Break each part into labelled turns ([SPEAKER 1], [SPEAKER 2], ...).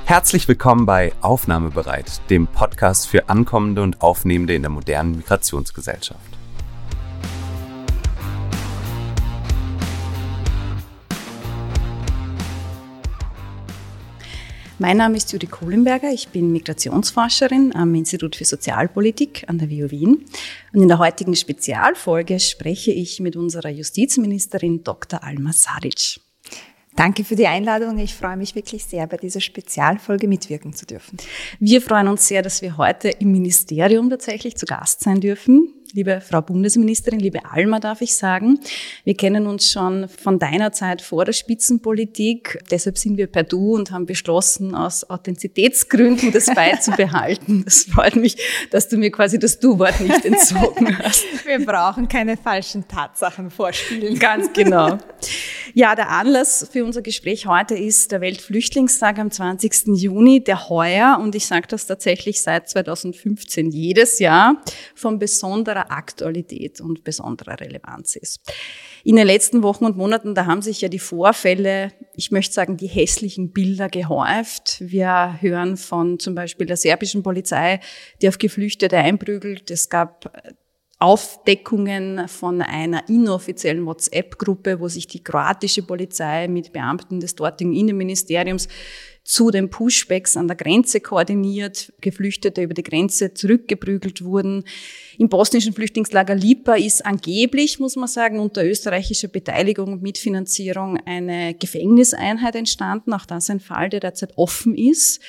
[SPEAKER 1] Herzlich willkommen bei Aufnahmebereit, dem Podcast für Ankommende und Aufnehmende in der modernen Migrationsgesellschaft.
[SPEAKER 2] Mein Name ist Judith Kohlenberger, ich bin Migrationsforscherin am Institut für Sozialpolitik an der WU Wien. Und in der heutigen Spezialfolge spreche ich mit unserer Justizministerin Dr. Alma Sadic.
[SPEAKER 3] Danke für die Einladung. Ich freue mich wirklich sehr, bei dieser Spezialfolge mitwirken zu dürfen.
[SPEAKER 2] Wir freuen uns sehr, dass wir heute im Ministerium tatsächlich zu Gast sein dürfen. Liebe Frau Bundesministerin, liebe Alma, darf ich sagen. Wir kennen uns schon von deiner Zeit vor der Spitzenpolitik. Deshalb sind wir per Du und haben beschlossen, aus Authentizitätsgründen das beizubehalten. Das freut mich, dass du mir quasi das Du-Wort nicht entzogen hast.
[SPEAKER 3] Wir brauchen keine falschen Tatsachen vorspielen.
[SPEAKER 2] Ganz genau. Ja, der Anlass für unser Gespräch heute ist der Weltflüchtlingstag am 20. Juni, der heuer, und ich sage das tatsächlich seit 2015 jedes Jahr, von besonderer Aktualität und besonderer Relevanz ist. In den letzten Wochen und Monaten, da haben sich ja die Vorfälle, ich möchte sagen, die hässlichen Bilder gehäuft. Wir hören von zum Beispiel der serbischen Polizei, die auf Geflüchtete einprügelt. Es gab Aufdeckungen von einer inoffiziellen WhatsApp-Gruppe, wo sich die kroatische Polizei mit Beamten des dortigen Innenministeriums zu den Pushbacks an der Grenze koordiniert, Geflüchtete über die Grenze zurückgeprügelt wurden. Im bosnischen Flüchtlingslager Lipa ist angeblich, muss man sagen, unter österreichischer Beteiligung und Mitfinanzierung eine Gefängniseinheit entstanden. Auch das ein Fall, der derzeit offen ist.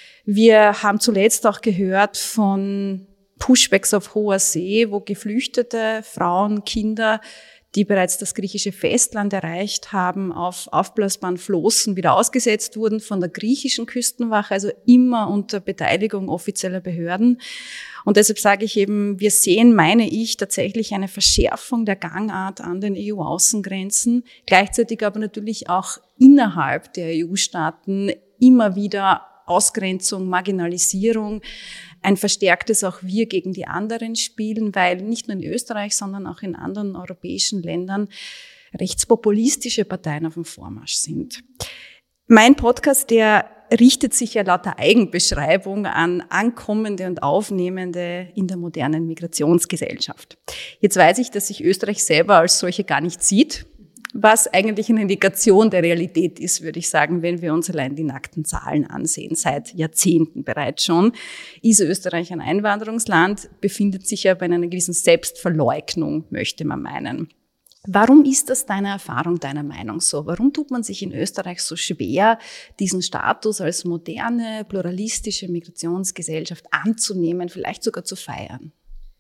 [SPEAKER 2] Wir haben zuletzt auch gehört von Pushbacks auf hoher See, wo Geflüchtete, Frauen, Kinder, die bereits das griechische Festland erreicht haben, auf aufblasbaren Flossen wieder ausgesetzt wurden von der griechischen Küstenwache, also immer unter Beteiligung offizieller Behörden. Und deshalb sage ich eben, wir sehen, meine ich, tatsächlich eine Verschärfung der Gangart an den EU-Außengrenzen, gleichzeitig aber natürlich auch innerhalb der EU-Staaten immer wieder Ausgrenzung, Marginalisierung, ein verstärktes auch wir gegen die anderen spielen, weil nicht nur in Österreich, sondern auch in anderen europäischen Ländern rechtspopulistische Parteien auf dem Vormarsch sind. Mein Podcast, der richtet sich ja laut der Eigenbeschreibung an Ankommende und Aufnehmende in der modernen Migrationsgesellschaft. Jetzt weiß ich, dass sich Österreich selber als solche gar nicht sieht, was eigentlich eine Indikation der Realität ist, würde ich sagen, wenn wir uns allein die nackten Zahlen ansehen. Seit Jahrzehnten bereits schon ist Österreich ein Einwanderungsland, befindet sich aber in einer gewissen Selbstverleugnung, möchte man meinen. Warum ist das deiner Erfahrung, deiner Meinung so? Warum tut man sich in Österreich so schwer, diesen Status als moderne, pluralistische Migrationsgesellschaft anzunehmen, vielleicht sogar zu feiern?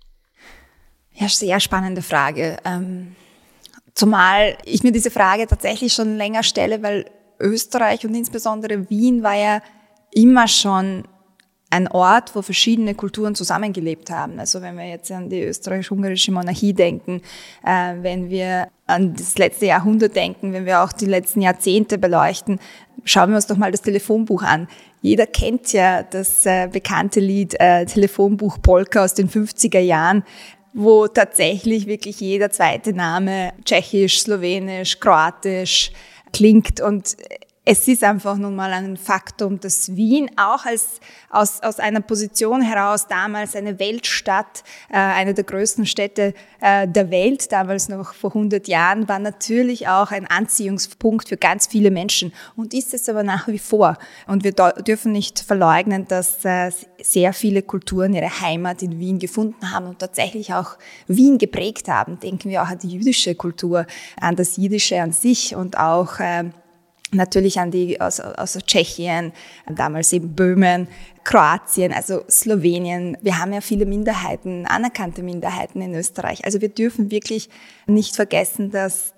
[SPEAKER 3] Ja, sehr spannende Frage. Zumal ich mir diese Frage tatsächlich schon länger stelle, weil Österreich und insbesondere Wien war ja immer schon ein Ort, wo verschiedene Kulturen zusammengelebt haben. Also wenn wir jetzt an die österreichisch-ungarische Monarchie denken, wenn wir an das letzte Jahrhundert denken, wenn wir auch die letzten Jahrzehnte beleuchten, schauen wir uns doch mal das Telefonbuch an. Jeder kennt ja das bekannte Lied Telefonbuch Polka aus den 50er Jahren, wo tatsächlich wirklich jeder zweite Name tschechisch, slowenisch, kroatisch klingt. Und es ist einfach nun mal ein Faktum, dass Wien auch aus einer Position heraus damals eine Weltstadt, eine der größten Städte der Welt, damals noch vor 100 Jahren, war natürlich auch ein Anziehungspunkt für ganz viele Menschen und ist es aber nach wie vor. Und wir dürfen nicht verleugnen, dass sehr viele Kulturen ihre Heimat in Wien gefunden haben und tatsächlich auch Wien geprägt haben. Denken wir auch an die jüdische Kultur, an das Jiddische an sich und auch natürlich an die aus Tschechien, damals eben Böhmen, Kroatien, also Slowenien. Wir haben ja viele Minderheiten, anerkannte Minderheiten in Österreich. Also wir dürfen wirklich nicht vergessen, dass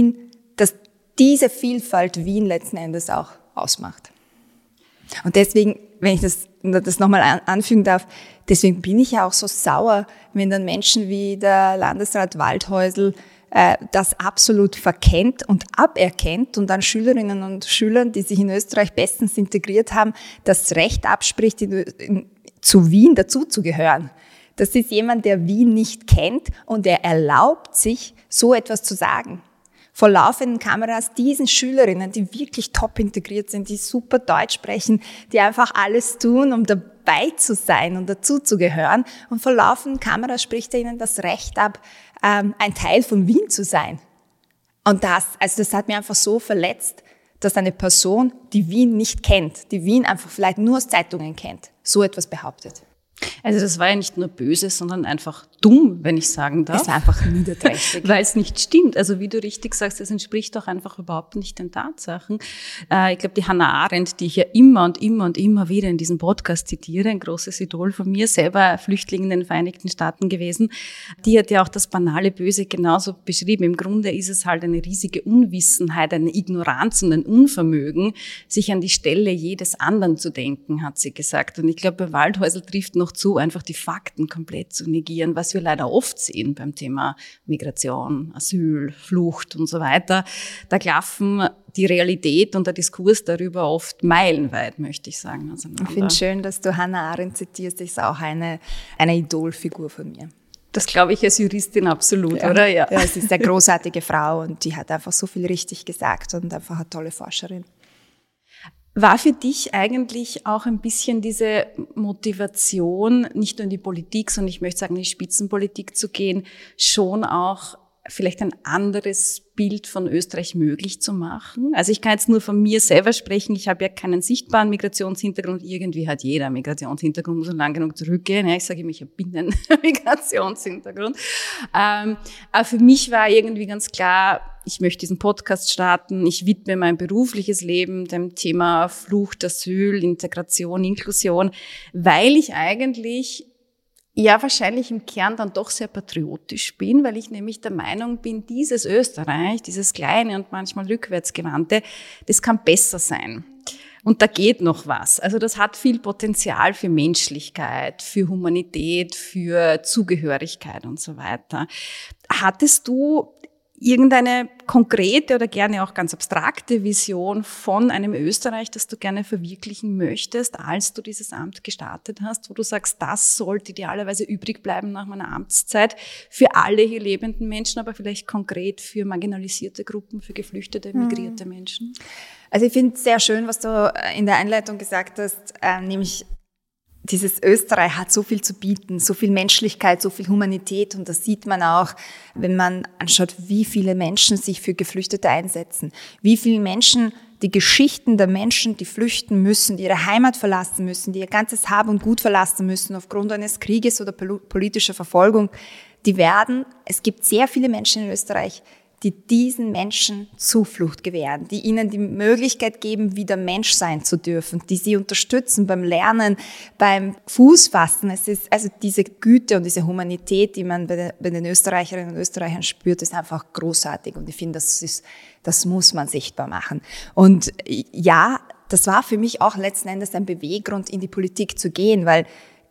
[SPEAKER 3] diese Vielfalt Wien letzten Endes auch ausmacht. Und deswegen, wenn ich das nochmal anfügen darf, deswegen bin ich ja auch so sauer, wenn dann Menschen wie der Landesrat Waldhäusl das absolut verkennt und aberkennt und dann Schülerinnen und Schülern, die sich in Österreich bestens integriert haben, das Recht abspricht, zu Wien dazuzugehören. Das ist jemand, der Wien nicht kennt und der erlaubt sich, so etwas zu sagen. vor laufenden Kameras diesen Schülerinnen, die wirklich top integriert sind, die super Deutsch sprechen, die einfach alles tun, um dabei zu sein und dazuzugehören. Und vor laufenden Kameras spricht er ihnen das Recht ab, ein Teil von Wien zu sein. Und das hat mir einfach so verletzt, dass eine Person, die Wien nicht kennt, die Wien einfach vielleicht nur aus Zeitungen kennt, so etwas behauptet.
[SPEAKER 2] Also das war ja nicht nur böse, sondern einfach dumm, wenn ich sagen darf.
[SPEAKER 3] Es war einfach niederträchtig.
[SPEAKER 2] Weil es nicht stimmt. Also wie du richtig sagst, es entspricht doch einfach überhaupt nicht den Tatsachen. Ich glaube, die Hannah Arendt, die ich ja immer und immer und immer wieder in diesem Podcast zitiere, ein großes Idol von mir, selber Flüchtling in den Vereinigten Staaten gewesen, die hat ja auch das banale Böse genauso beschrieben. Im Grunde ist es halt eine riesige Unwissenheit, eine Ignoranz und ein Unvermögen, sich an die Stelle jedes anderen zu denken, hat sie gesagt. Und ich glaube, bei Waldhäusl trifft noch zu, einfach die Fakten komplett zu negieren, was wir leider oft sehen beim Thema Migration, Asyl, Flucht und so weiter. Da klaffen die Realität und der Diskurs darüber oft meilenweit, möchte ich sagen.
[SPEAKER 3] Ich finde es schön, dass du Hannah Arendt zitierst. Das ist auch eine Idolfigur von mir.
[SPEAKER 2] Das glaube ich als Juristin absolut,
[SPEAKER 3] ja,
[SPEAKER 2] oder? Ja,
[SPEAKER 3] sie ist eine großartige Frau und die hat einfach so viel richtig gesagt und einfach eine tolle Forscherin.
[SPEAKER 2] War für dich eigentlich auch ein bisschen diese Motivation, nicht nur in die Politik, sondern ich möchte sagen, in die Spitzenpolitik zu gehen, schon auch vielleicht ein anderes Bild von Österreich möglich zu machen? Also ich kann jetzt nur von mir selber sprechen. Ich habe ja keinen sichtbaren Migrationshintergrund. Irgendwie hat jeder einen Migrationshintergrund, muss man lang genug zurückgehen. Ja, ich sage immer, ich habe einen Migrationshintergrund. Aber für mich war irgendwie ganz klar, ich möchte diesen Podcast starten. Ich widme mein berufliches Leben dem Thema Flucht, Asyl, Integration, Inklusion, weil ich eigentlich wahrscheinlich im Kern dann doch sehr patriotisch bin, weil ich nämlich der Meinung bin, dieses Österreich, dieses kleine und manchmal rückwärtsgewandte, das kann besser sein. Und da geht noch was. Also das hat viel Potenzial für Menschlichkeit, für Humanität, für Zugehörigkeit und so weiter. Hattest du irgendeine konkrete oder gerne auch ganz abstrakte Vision von einem Österreich, das du gerne verwirklichen möchtest, als du dieses Amt gestartet hast, wo du sagst, das sollte idealerweise übrig bleiben nach meiner Amtszeit für alle hier lebenden Menschen, aber vielleicht konkret für marginalisierte Gruppen, für geflüchtete, migrierte Menschen?
[SPEAKER 3] Also ich finde es sehr schön, was du in der Einleitung gesagt hast, nämlich dieses Österreich hat so viel zu bieten, so viel Menschlichkeit, so viel Humanität und das sieht man auch, wenn man anschaut, wie viele Menschen sich für Geflüchtete einsetzen, wie viele Menschen, die Geschichten der Menschen, die flüchten müssen, die ihre Heimat verlassen müssen, die ihr ganzes Hab und Gut verlassen müssen aufgrund eines Krieges oder politischer Verfolgung, es gibt sehr viele Menschen in Österreich, die diesen Menschen Zuflucht gewähren, die ihnen die Möglichkeit geben, wieder Mensch sein zu dürfen, die sie unterstützen beim Lernen, beim Fußfassen. Es ist also diese Güte und diese Humanität, die man bei den Österreicherinnen und Österreichern spürt, ist einfach großartig. Und ich finde, das muss man sichtbar machen. Und ja, das war für mich auch letzten Endes ein Beweggrund, in die Politik zu gehen, weil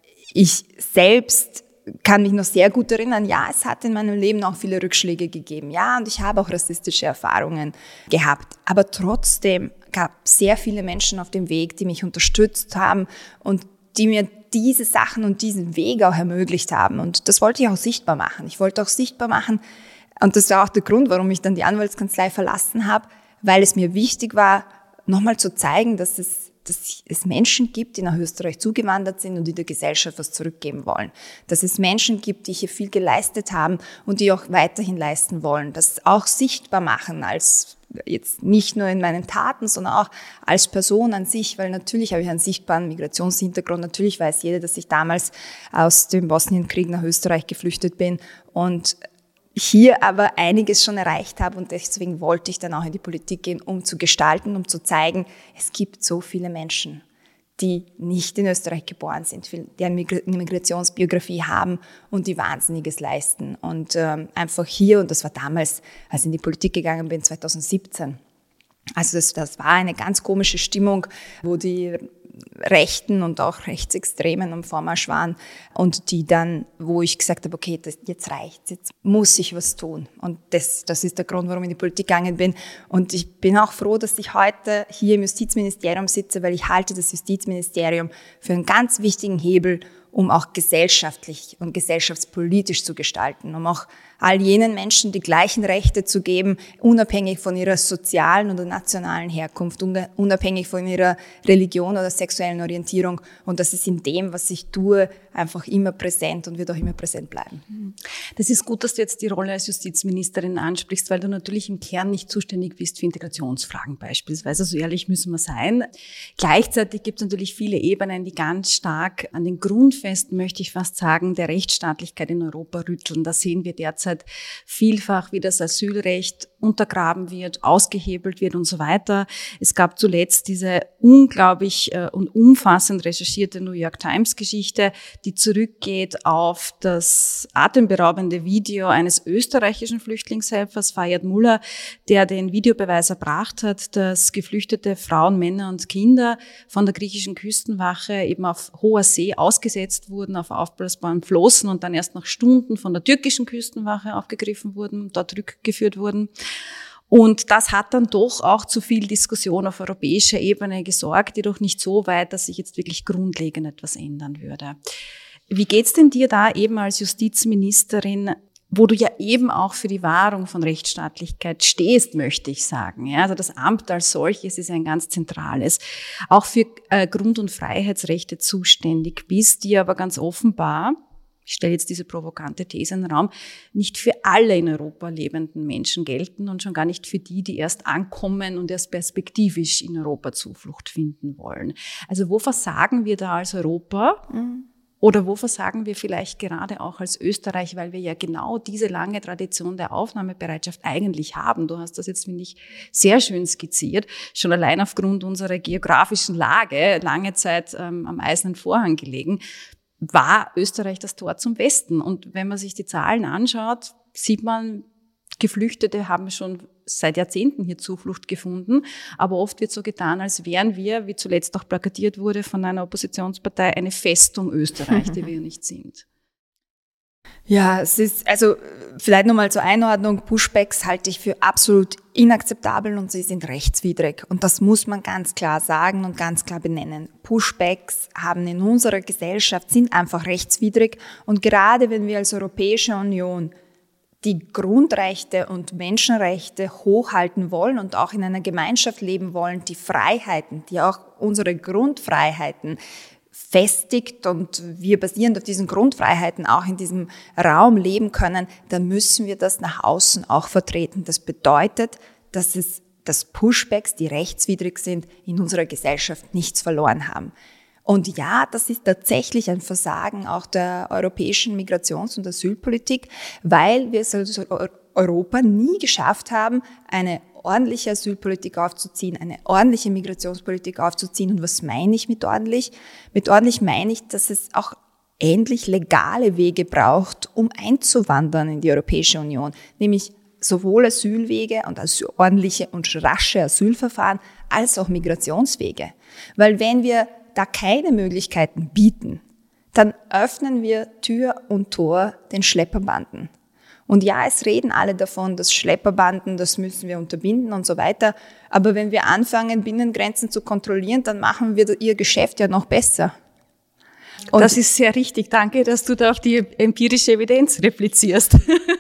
[SPEAKER 3] ich selbst kann mich noch sehr gut erinnern, ja, es hat in meinem Leben auch viele Rückschläge gegeben, ja, und ich habe auch rassistische Erfahrungen gehabt, aber trotzdem gab es sehr viele Menschen auf dem Weg, die mich unterstützt haben und die mir diese Sachen und diesen Weg auch ermöglicht haben und das wollte ich auch sichtbar machen. Ich wollte auch sichtbar machen und das war auch der Grund, warum ich dann die Anwaltskanzlei verlassen habe, weil es mir wichtig war, nochmal zu zeigen, dass es Menschen gibt, die nach Österreich zugewandert sind und die der Gesellschaft was zurückgeben wollen. Dass es Menschen gibt, die hier viel geleistet haben und die auch weiterhin leisten wollen. Das auch sichtbar machen, als jetzt nicht nur in meinen Taten, sondern auch als Person an sich, weil natürlich habe ich einen sichtbaren Migrationshintergrund. Natürlich weiß jeder, dass ich damals aus dem Bosnienkrieg nach Österreich geflüchtet bin und hier aber einiges schon erreicht habe und deswegen wollte ich dann auch in die Politik gehen, um zu gestalten, um zu zeigen, es gibt so viele Menschen, die nicht in Österreich geboren sind, die eine Migrationsbiografie haben und die Wahnsinniges leisten. Und einfach hier, und das war damals, als ich in die Politik gegangen bin, 2017, also das war eine ganz komische Stimmung, wo die Rechten und auch Rechtsextremen am Vormarsch waren und die dann, wo ich gesagt habe, okay, jetzt reicht's, jetzt muss ich was tun. Und das ist der Grund, warum ich in die Politik gegangen bin. Und ich bin auch froh, dass ich heute hier im Justizministerium sitze, weil ich halte das Justizministerium für einen ganz wichtigen Hebel, um auch gesellschaftlich und gesellschaftspolitisch zu gestalten, um auch all jenen Menschen die gleichen Rechte zu geben, unabhängig von ihrer sozialen oder nationalen Herkunft, unabhängig von ihrer Religion oder sexuellen Orientierung. Und das ist in dem, was ich tue, einfach immer präsent und wird auch immer präsent bleiben.
[SPEAKER 2] Das ist gut, dass du jetzt die Rolle als Justizministerin ansprichst, weil du natürlich im Kern nicht zuständig bist für Integrationsfragen beispielsweise. So ehrlich müssen wir sein. Gleichzeitig gibt es natürlich viele Ebenen, die ganz stark an den Grundfesten, möchte ich fast sagen, der Rechtsstaatlichkeit in Europa rütteln. Da sehen wir derzeit vielfach, wie das Asylrecht untergraben wird, ausgehebelt wird und so weiter. Es gab zuletzt diese unglaublich und umfassend recherchierte New York Times Geschichte, die zurückgeht auf das atemberaubende Video eines österreichischen Flüchtlingshelfers, Fayad Muller, der den Videobeweis erbracht hat, dass geflüchtete Frauen, Männer und Kinder von der griechischen Küstenwache eben auf hoher See ausgesetzt wurden, auf aufblasbaren Flossen und dann erst nach Stunden von der türkischen Küstenwache aufgegriffen wurden, dort rückgeführt wurden. Und das hat dann doch auch zu viel Diskussion auf europäischer Ebene gesorgt, jedoch nicht so weit, dass sich jetzt wirklich grundlegend etwas ändern würde. Wie geht's denn dir da eben als Justizministerin, wo du ja eben auch für die Wahrung von Rechtsstaatlichkeit stehst, möchte ich sagen. Ja, also das Amt als solches ist ein ganz zentrales. Auch für Grund- und Freiheitsrechte zuständig bist, die aber ganz offenbar, ich stelle jetzt diese provokante These in den Raum, nicht für alle in Europa lebenden Menschen gelten und schon gar nicht für die, die erst ankommen und erst perspektivisch in Europa Zuflucht finden wollen. Also wo versagen wir da als Europa? Oder wo versagen wir vielleicht gerade auch als Österreich, weil wir ja genau diese lange Tradition der Aufnahmebereitschaft eigentlich haben. Du hast das jetzt, finde ich, sehr schön skizziert, schon allein aufgrund unserer geografischen Lage, lange Zeit am Eisernen Vorhang gelegen, war Österreich das Tor zum Westen. Und wenn man sich die Zahlen anschaut, sieht man, Geflüchtete haben schon seit Jahrzehnten hier Zuflucht gefunden, aber oft wird so getan, als wären wir, wie zuletzt auch plakatiert wurde von einer Oppositionspartei, eine Festung Österreich, die wir nicht sind.
[SPEAKER 3] Ja, es ist, also vielleicht nochmal zur Einordnung, Pushbacks halte ich für absolut inakzeptabel und sie sind rechtswidrig. Und das muss man ganz klar sagen und ganz klar benennen. Pushbacks haben in unserer Gesellschaft, sind einfach rechtswidrig. Und gerade wenn wir als Europäische Union die Grundrechte und Menschenrechte hochhalten wollen und auch in einer Gemeinschaft leben wollen, die Freiheiten, die auch unsere Grundfreiheiten festigt und wir basierend auf diesen Grundfreiheiten auch in diesem Raum leben können, dann müssen wir das nach außen auch vertreten. Das bedeutet, dass Pushbacks, die rechtswidrig sind, in unserer Gesellschaft nichts verloren haben. Und ja, das ist tatsächlich ein Versagen auch der europäischen Migrations- und Asylpolitik, weil wir es als Europa nie geschafft haben, eine ordentliche Asylpolitik aufzuziehen, eine ordentliche Migrationspolitik aufzuziehen. Und was meine ich mit ordentlich? Mit ordentlich meine ich, dass es auch endlich legale Wege braucht, um einzuwandern in die Europäische Union, nämlich sowohl Asylwege und ordentliche und rasche Asylverfahren als auch Migrationswege. Weil wenn wir da keine Möglichkeiten bieten, dann öffnen wir Tür und Tor den Schlepperbanden. Und ja, es reden alle davon, dass Schlepperbanden, das müssen wir unterbinden und so weiter. Aber wenn wir anfangen, Binnengrenzen zu kontrollieren, dann machen wir ihr Geschäft ja noch besser.
[SPEAKER 2] Und das ist sehr richtig. Danke, dass du da auf die empirische Evidenz replizierst.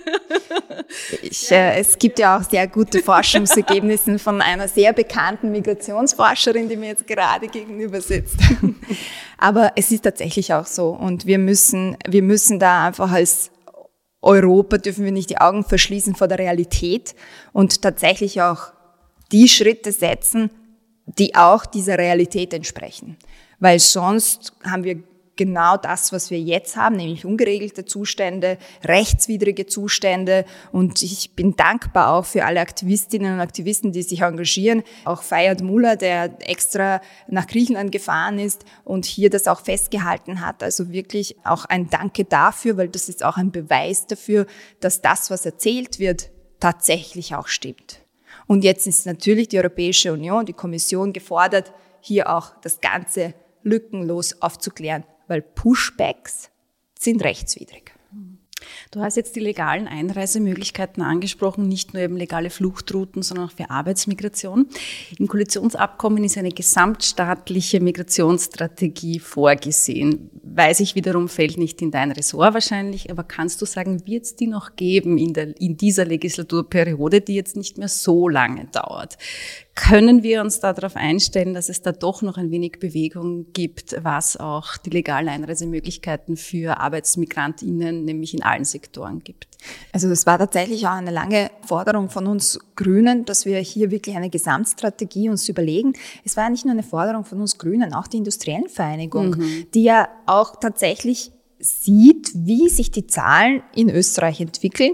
[SPEAKER 3] Es gibt ja auch sehr gute Forschungsergebnisse von einer sehr bekannten Migrationsforscherin, die mir jetzt gerade gegenüber sitzt. Aber es ist tatsächlich auch so. Und wir müssen da einfach als Europa dürfen wir nicht die Augen verschließen vor der Realität und tatsächlich auch die Schritte setzen, die auch dieser Realität entsprechen. Weil sonst haben wir genau das, was wir jetzt haben, nämlich ungeregelte Zustände, rechtswidrige Zustände. Und ich bin dankbar auch für alle Aktivistinnen und Aktivisten, die sich engagieren. Auch Fayad Muller, der extra nach Griechenland gefahren ist und hier das auch festgehalten hat. Also wirklich auch ein Danke dafür, weil das ist auch ein Beweis dafür, dass das, was erzählt wird, tatsächlich auch stimmt. Und jetzt ist natürlich die Europäische Union, die Kommission gefordert, hier auch das Ganze lückenlos aufzuklären, weil Pushbacks sind rechtswidrig.
[SPEAKER 2] Du hast jetzt die legalen Einreisemöglichkeiten angesprochen, nicht nur eben legale Fluchtrouten, sondern auch für Arbeitsmigration. Im Koalitionsabkommen ist eine gesamtstaatliche Migrationsstrategie vorgesehen. weiß ich wiederum, fällt nicht in dein Ressort wahrscheinlich, aber kannst du sagen, wird es die noch geben in dieser Legislaturperiode, die jetzt nicht mehr so lange dauert? Können wir uns darauf einstellen, dass es da doch noch ein wenig Bewegung gibt, was auch die legalen Einreisemöglichkeiten für ArbeitsmigrantInnen, nämlich in allen Sektoren gibt?
[SPEAKER 3] Also es war tatsächlich auch eine lange Forderung von uns Grünen, dass wir hier wirklich eine Gesamtstrategie uns überlegen. Es war nicht nur eine Forderung von uns Grünen, auch die Industriellen Vereinigung, die ja auch tatsächlich sieht, wie sich die Zahlen in Österreich entwickeln,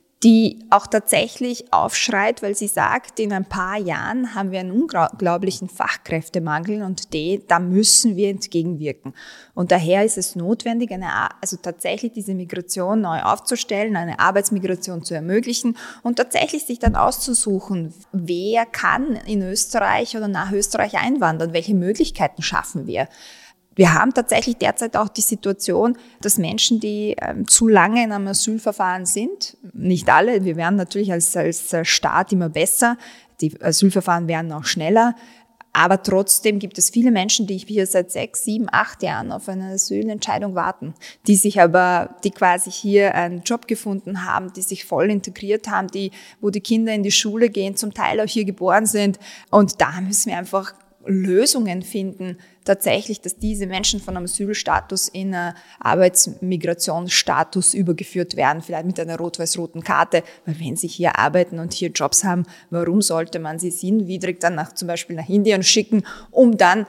[SPEAKER 3] die auch tatsächlich aufschreit, weil sie sagt, in ein paar Jahren haben wir einen unglaublichen Fachkräftemangel und da müssen wir entgegenwirken. Und daher ist es notwendig, also tatsächlich diese Migration neu aufzustellen, eine Arbeitsmigration zu ermöglichen und tatsächlich sich dann auszusuchen, wer kann in Österreich oder nach Österreich einwandern, welche Möglichkeiten schaffen wir. Wir haben tatsächlich derzeit auch die Situation, dass Menschen, die zu lange in einem Asylverfahren sind, nicht alle, wir werden natürlich als Staat immer besser, die Asylverfahren werden auch schneller, aber trotzdem gibt es viele Menschen, die hier seit 6, 7, 8 Jahren auf eine Asylentscheidung warten, die quasi hier einen Job gefunden haben, die sich voll integriert haben, wo die Kinder in die Schule gehen, zum Teil auch hier geboren sind, und da müssen wir einfach Lösungen finden, tatsächlich, dass diese Menschen von einem Asylstatus in einen Arbeitsmigrationsstatus übergeführt werden, vielleicht mit einer rot-weiß-roten Karte, weil wenn sie hier arbeiten und hier Jobs haben, warum sollte man sie sinnwidrig dann zum Beispiel nach Indien schicken, um dann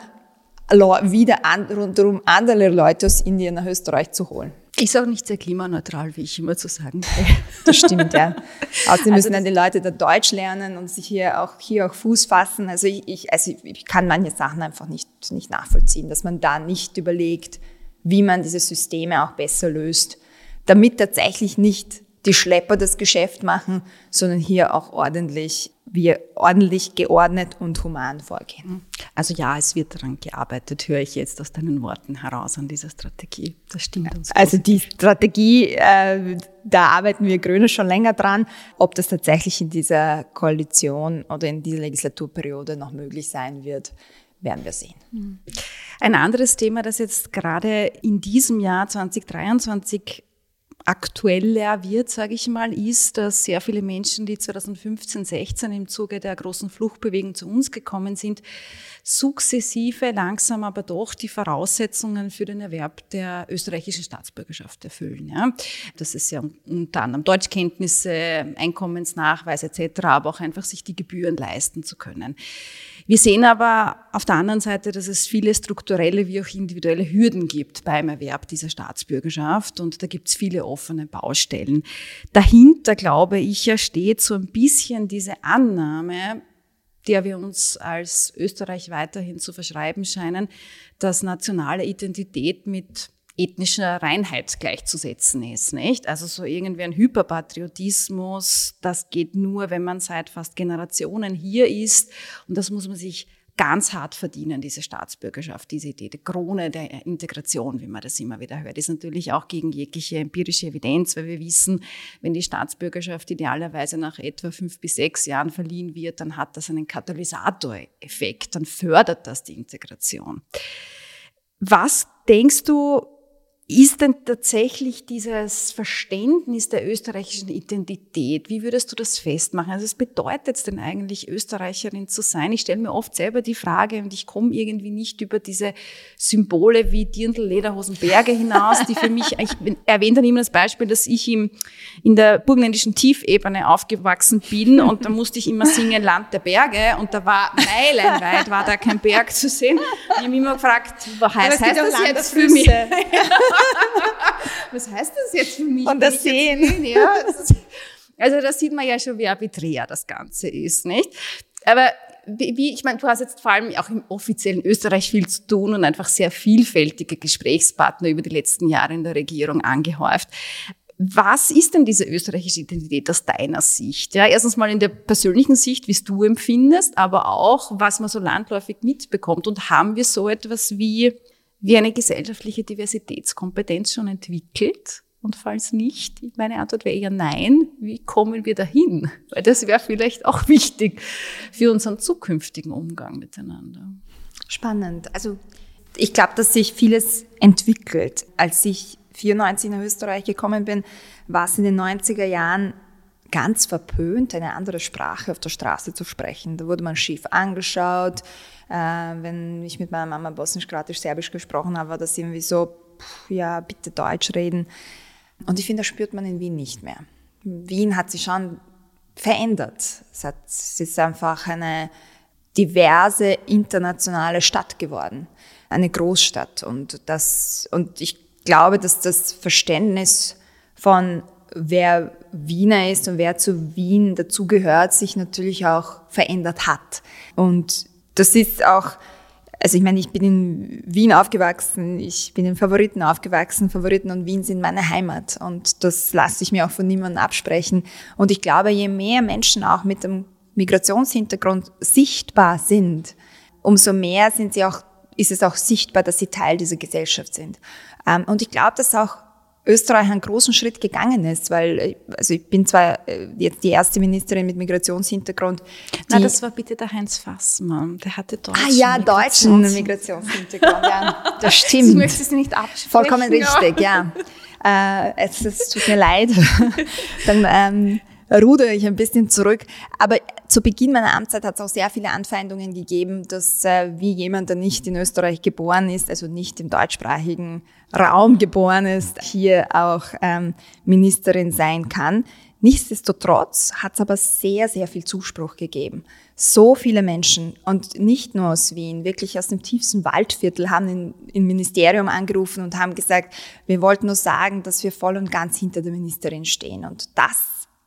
[SPEAKER 3] wieder rundherum andere Leute aus Indien nach Österreich zu holen?
[SPEAKER 2] Ist auch nicht sehr klimaneutral, wie ich immer zu sagen habe.
[SPEAKER 3] Das stimmt, ja. Außerdem müssen dann die Leute da Deutsch lernen und sich hier auch Fuß fassen. Also ich kann manche Sachen einfach nicht nachvollziehen, dass man da nicht überlegt, wie man diese Systeme auch besser löst, damit tatsächlich nicht die Schlepper das Geschäft machen, sondern hier auch ordentlich geordnet und human vorgehen.
[SPEAKER 2] Also ja, es wird daran gearbeitet, höre ich jetzt aus deinen Worten heraus, an dieser Strategie. Das stimmt uns.
[SPEAKER 3] Also die Strategie, da arbeiten wir Grüne schon länger dran. Ob das tatsächlich in dieser Koalition oder in dieser Legislaturperiode noch möglich sein wird, werden wir sehen.
[SPEAKER 2] Ein anderes Thema, das jetzt gerade in diesem Jahr 2023 aktueller wird, sage ich mal, ist, dass sehr viele Menschen, die 2015, 16 im Zuge der großen Fluchtbewegung zu uns gekommen sind, sukzessive, langsam aber doch die Voraussetzungen für den Erwerb der österreichischen Staatsbürgerschaft erfüllen. Ja. Das ist ja unter anderem Deutschkenntnisse, Einkommensnachweis etc., aber auch einfach sich die Gebühren leisten zu können. Wir sehen aber auf der anderen Seite, dass es viele strukturelle wie auch individuelle Hürden gibt beim Erwerb dieser Staatsbürgerschaft, und da gibt es viele offene Baustellen. Dahinter, glaube ich, ja steht so ein bisschen diese Annahme, der wir uns als Österreich weiterhin zu verschreiben scheinen, dass nationale Identität mit ethnischer Reinheit gleichzusetzen ist, nicht? Also so irgendwie ein Hyperpatriotismus, das geht nur, wenn man seit fast Generationen hier ist, und das muss man sich ganz hart verdienen, diese Staatsbürgerschaft, diese Idee, die Krone der Integration, wie man das immer wieder hört, ist natürlich auch gegen jegliche empirische Evidenz, weil wir wissen, wenn die Staatsbürgerschaft idealerweise nach etwa 5 bis 6 Jahren verliehen wird, dann hat das einen Katalysatoreffekt, dann fördert das die Integration. Was denkst du, ist denn tatsächlich dieses Verständnis der österreichischen Identität, wie würdest du das festmachen? Also was bedeutet es denn eigentlich, Österreicherin zu sein? Ich stelle mir oft selber die Frage, und ich komme irgendwie nicht über diese Symbole wie Dirndl, Lederhosen, Berge hinaus, die für mich, ich erwähne dann immer das Beispiel, dass ich in der burgenländischen Tiefebene aufgewachsen bin, und da musste ich immer singen Land der Berge, und da war meilenweit, war da kein Berg zu sehen. Ich habe mich immer gefragt, was heißt das jetzt für mich? Was heißt das jetzt für mich?
[SPEAKER 3] Und das Sehen.
[SPEAKER 2] Ja, also da sieht man ja schon, wie arbiträr das Ganze ist, nicht? Aber ich meine, du hast jetzt vor allem auch im offiziellen Österreich viel zu tun und einfach sehr vielfältige Gesprächspartner über die letzten Jahre in der Regierung angehäuft. Was ist denn diese österreichische Identität aus deiner Sicht? Ja, erstens mal in der persönlichen Sicht, wie es du empfindest, aber auch, was man so landläufig mitbekommt. Und haben wir so etwas wie eine gesellschaftliche Diversitätskompetenz schon entwickelt? Und falls nicht, meine Antwort wäre eher nein. Wie kommen wir dahin? Weil das wäre vielleicht auch wichtig für unseren zukünftigen Umgang miteinander.
[SPEAKER 3] Spannend. Also ich glaube, dass sich vieles entwickelt. Als ich 1994 nach Österreich gekommen bin, war es in den 90er Jahren ganz verpönt, eine andere Sprache auf der Straße zu sprechen. Da wurde man schief angeschaut. Wenn ich mit meiner Mama Bosnisch, Kroatisch, Serbisch gesprochen habe, war das irgendwie so, ja, bitte Deutsch reden. Und ich finde, das spürt man in Wien nicht mehr. Wien hat sich schon verändert. Es ist einfach eine diverse internationale Stadt geworden. Eine Großstadt. Und ich glaube, dass das Verständnis von wer Wiener ist und wer zu Wien dazugehört, sich natürlich auch verändert hat. Und das ist auch, also ich meine, ich bin in Wien aufgewachsen, ich bin in Favoriten aufgewachsen, Favoriten und Wien sind meine Heimat und das lasse ich mir auch von niemandem absprechen. Und ich glaube, je mehr Menschen auch mit dem Migrationshintergrund sichtbar sind, umso mehr ist es auch sichtbar, dass sie Teil dieser Gesellschaft sind. Und ich glaube, dass auch Österreich einen großen Schritt gegangen ist, weil, also ich bin zwar jetzt die erste Ministerin mit Migrationshintergrund.
[SPEAKER 2] Das war bitte der Heinz Fassmann, der hatte
[SPEAKER 3] deutschen Migrationshintergrund, ja, das stimmt.
[SPEAKER 2] Ich möchte es nicht absprechen.
[SPEAKER 3] Vollkommen richtig, ja. Es tut mir leid. Dann rudere ich ein bisschen zurück. Aber zu Beginn meiner Amtszeit hat es auch sehr viele Anfeindungen gegeben, dass wie jemand, der nicht in Österreich geboren ist, also nicht im deutschsprachigen Raum geboren ist, hier auch Ministerin sein kann. Nichtsdestotrotz hat es aber sehr, sehr viel Zuspruch gegeben. So viele Menschen und nicht nur aus Wien, wirklich aus dem tiefsten Waldviertel haben im Ministerium angerufen und haben gesagt, wir wollten nur sagen, dass wir voll und ganz hinter der Ministerin stehen. Und das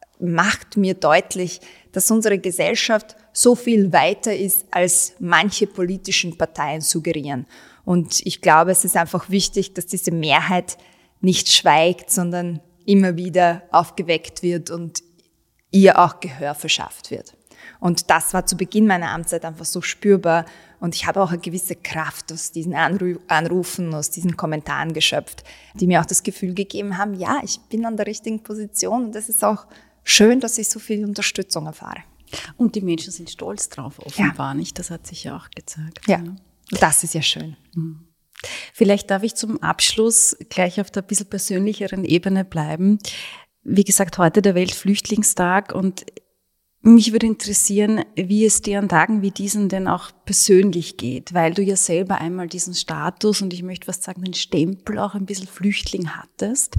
[SPEAKER 3] macht mir deutlich, dass unsere Gesellschaft so viel weiter ist, als manche politischen Parteien suggerieren. Und ich glaube, es ist einfach wichtig, dass diese Mehrheit nicht schweigt, sondern immer wieder aufgeweckt wird und ihr auch Gehör verschafft wird. Und das war zu Beginn meiner Amtszeit einfach so spürbar. Und ich habe auch eine gewisse Kraft aus diesen Anrufen, aus diesen Kommentaren geschöpft, die mir auch das Gefühl gegeben haben, ja, ich bin an der richtigen Position und es ist auch schön, dass ich so viel Unterstützung erfahre.
[SPEAKER 2] Und die Menschen sind stolz drauf, offenbar, nicht? Das hat sich ja auch gezeigt.
[SPEAKER 3] Ja, das ist ja schön.
[SPEAKER 2] Vielleicht darf ich zum Abschluss gleich auf der ein bisschen persönlicheren Ebene bleiben. Wie gesagt, heute der Weltflüchtlingstag und mich würde interessieren, wie es dir an Tagen wie diesen denn auch persönlich geht, weil du ja selber einmal diesen Status und ich möchte fast sagen, den Stempel auch ein bisschen Flüchtling hattest.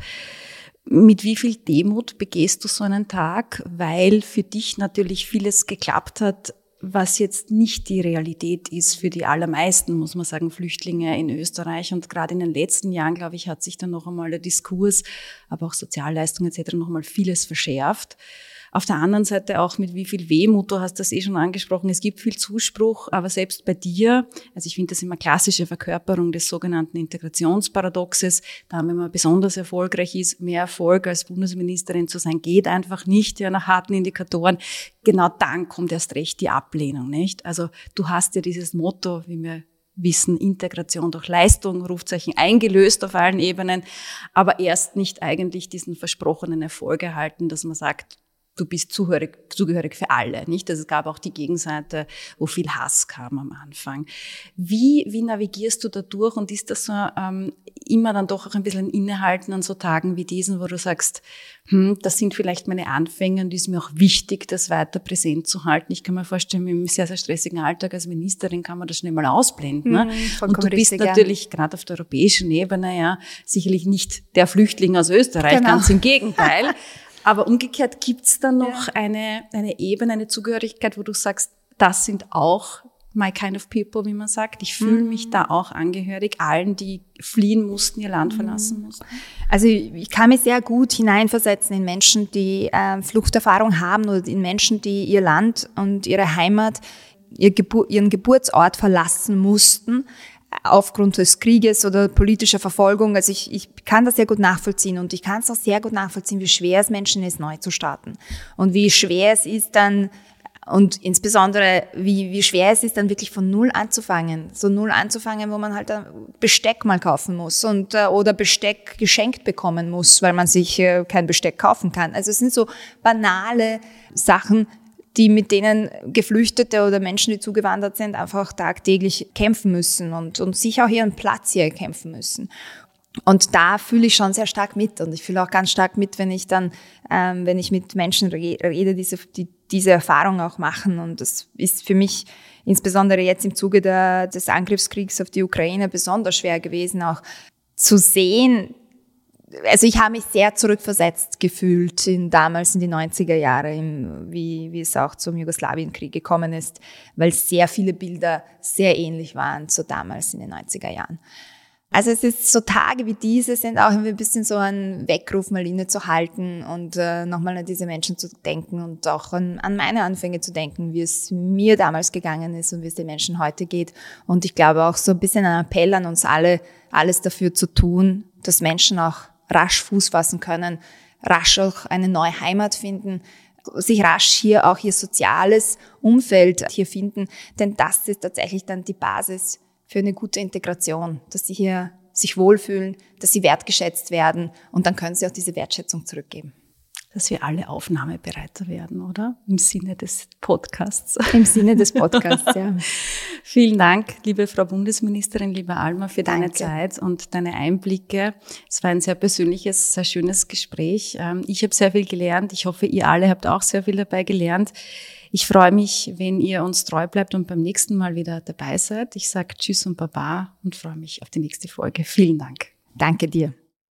[SPEAKER 2] Mit wie viel Demut begehst du so einen Tag, weil für dich natürlich vieles geklappt hat, was jetzt nicht die Realität ist für die allermeisten, muss man sagen, Flüchtlinge in Österreich. Und gerade in den letzten Jahren, glaube ich, hat sich dann noch einmal der Diskurs, aber auch Sozialleistungen etc. noch einmal vieles verschärft. Auf der anderen Seite auch mit wie viel Wehmut, du hast das schon angesprochen, es gibt viel Zuspruch, aber selbst bei dir, also ich finde das immer klassische Verkörperung des sogenannten Integrationsparadoxes, da wenn man besonders erfolgreich ist, mehr Erfolg als Bundesministerin zu sein, geht einfach nicht, ja, nach harten Indikatoren. Genau dann kommt erst recht die Ablehnung, nicht? Also du hast ja dieses Motto, wie wir wissen, Integration durch Leistung, Rufzeichen eingelöst auf allen Ebenen, aber erst nicht eigentlich diesen versprochenen Erfolg erhalten, dass man sagt, du bist zugehörig für alle, nicht? Also es gab auch die Gegenseite, wo viel Hass kam am Anfang. Wie navigierst du da durch und ist das so immer dann doch auch ein bisschen ein Innehalten an so Tagen wie diesen, wo du sagst, das sind vielleicht meine Anfänge und ist mir auch wichtig, das weiter präsent zu halten. Ich kann mir vorstellen, im sehr, sehr stressigen Alltag als Ministerin kann man das schnell mal ausblenden. Ne? Und du bist natürlich gerade auf der europäischen Ebene ja sicherlich nicht der Flüchtling aus Österreich, genau. Ganz im Gegenteil. Aber umgekehrt gibt's dann noch eine Ebene, eine Zugehörigkeit, wo du sagst, das sind auch my kind of people, wie man sagt. Ich fühle mich da auch angehörig, allen, die fliehen mussten, ihr Land verlassen mussten.
[SPEAKER 3] Also ich kann mich sehr gut hineinversetzen in Menschen, die Fluchterfahrung haben oder in Menschen, die ihr Land und ihre Heimat, ihren Geburtsort verlassen mussten, aufgrund des Krieges oder politischer Verfolgung. Also ich kann das sehr gut nachvollziehen und ich kann es auch sehr gut nachvollziehen, wie schwer es Menschen ist, neu zu starten. Und wie schwer es ist dann, und insbesondere wie schwer es ist, dann wirklich von Null anzufangen. So Null anzufangen, wo man halt Besteck mal kaufen muss und oder Besteck geschenkt bekommen muss, weil man sich kein Besteck kaufen kann. Also es sind so banale Sachen, die mit denen Geflüchtete oder Menschen, die zugewandert sind, einfach tagtäglich kämpfen müssen und sich auch ihren Platz hier kämpfen müssen. Und da fühle ich schon sehr stark mit. Und ich fühle auch ganz stark mit, wenn ich dann, wenn ich mit Menschen rede, die diese Erfahrung auch machen. Und das ist für mich insbesondere jetzt im Zuge des Angriffskriegs auf die Ukraine besonders schwer gewesen, auch zu sehen. Also ich habe mich sehr zurückversetzt gefühlt damals in die 90er Jahre, wie es auch zum Jugoslawienkrieg gekommen ist, weil sehr viele Bilder sehr ähnlich waren zu damals in den 90er Jahren. Also es ist so Tage wie diese sind auch ein bisschen so ein Weckruf, mal innezuhalten und nochmal an diese Menschen zu denken und auch an meine Anfänge zu denken, wie es mir damals gegangen ist und wie es den Menschen heute geht. Und ich glaube auch so ein bisschen ein Appell an uns alle, alles dafür zu tun, dass Menschen auch rasch Fuß fassen können, rasch auch eine neue Heimat finden, sich rasch hier auch ihr soziales Umfeld hier finden, denn das ist tatsächlich dann die Basis für eine gute Integration, dass sie hier sich wohlfühlen, dass sie wertgeschätzt werden und dann können sie auch diese Wertschätzung zurückgeben.
[SPEAKER 2] Dass wir alle aufnahmebereiter werden, oder? Im Sinne des Podcasts.
[SPEAKER 3] Im Sinne des Podcasts, ja.
[SPEAKER 2] Vielen Dank, liebe Frau Bundesministerin, liebe Alma, für deine Zeit und deine Einblicke. Es war ein sehr persönliches, sehr schönes Gespräch. Ich habe sehr viel gelernt. Ich hoffe, ihr alle habt auch sehr viel dabei gelernt. Ich freue mich, wenn ihr uns treu bleibt und beim nächsten Mal wieder dabei seid. Ich sage Tschüss und Baba und freue mich auf die nächste Folge. Vielen Dank.
[SPEAKER 3] Danke dir.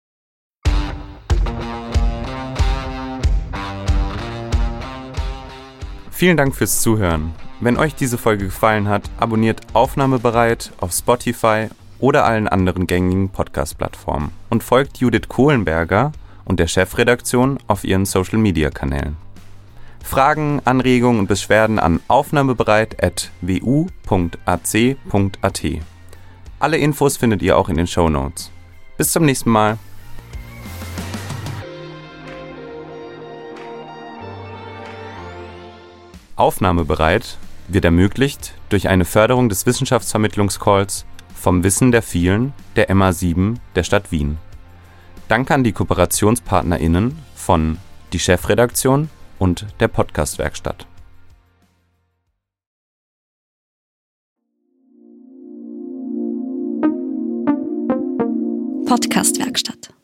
[SPEAKER 1] Vielen Dank fürs Zuhören. Wenn euch diese Folge gefallen hat, abonniert Aufnahmebereit auf Spotify oder allen anderen gängigen Podcast-Plattformen und folgt Judith Kohlenberger und der Chefredaktion auf ihren Social-Media-Kanälen. Fragen, Anregungen und Beschwerden an aufnahmebereit@wu.ac.at. Alle Infos findet ihr auch in den Shownotes. Bis zum nächsten Mal. Aufnahmebereit wird ermöglicht durch eine Förderung des Wissenschaftsvermittlungscalls Vom Wissen der Vielen der MA7 der Stadt Wien. Danke an die KooperationspartnerInnen von die Chefredaktion und der Podcast-Werkstatt.
[SPEAKER 4] Podcast-Werkstatt.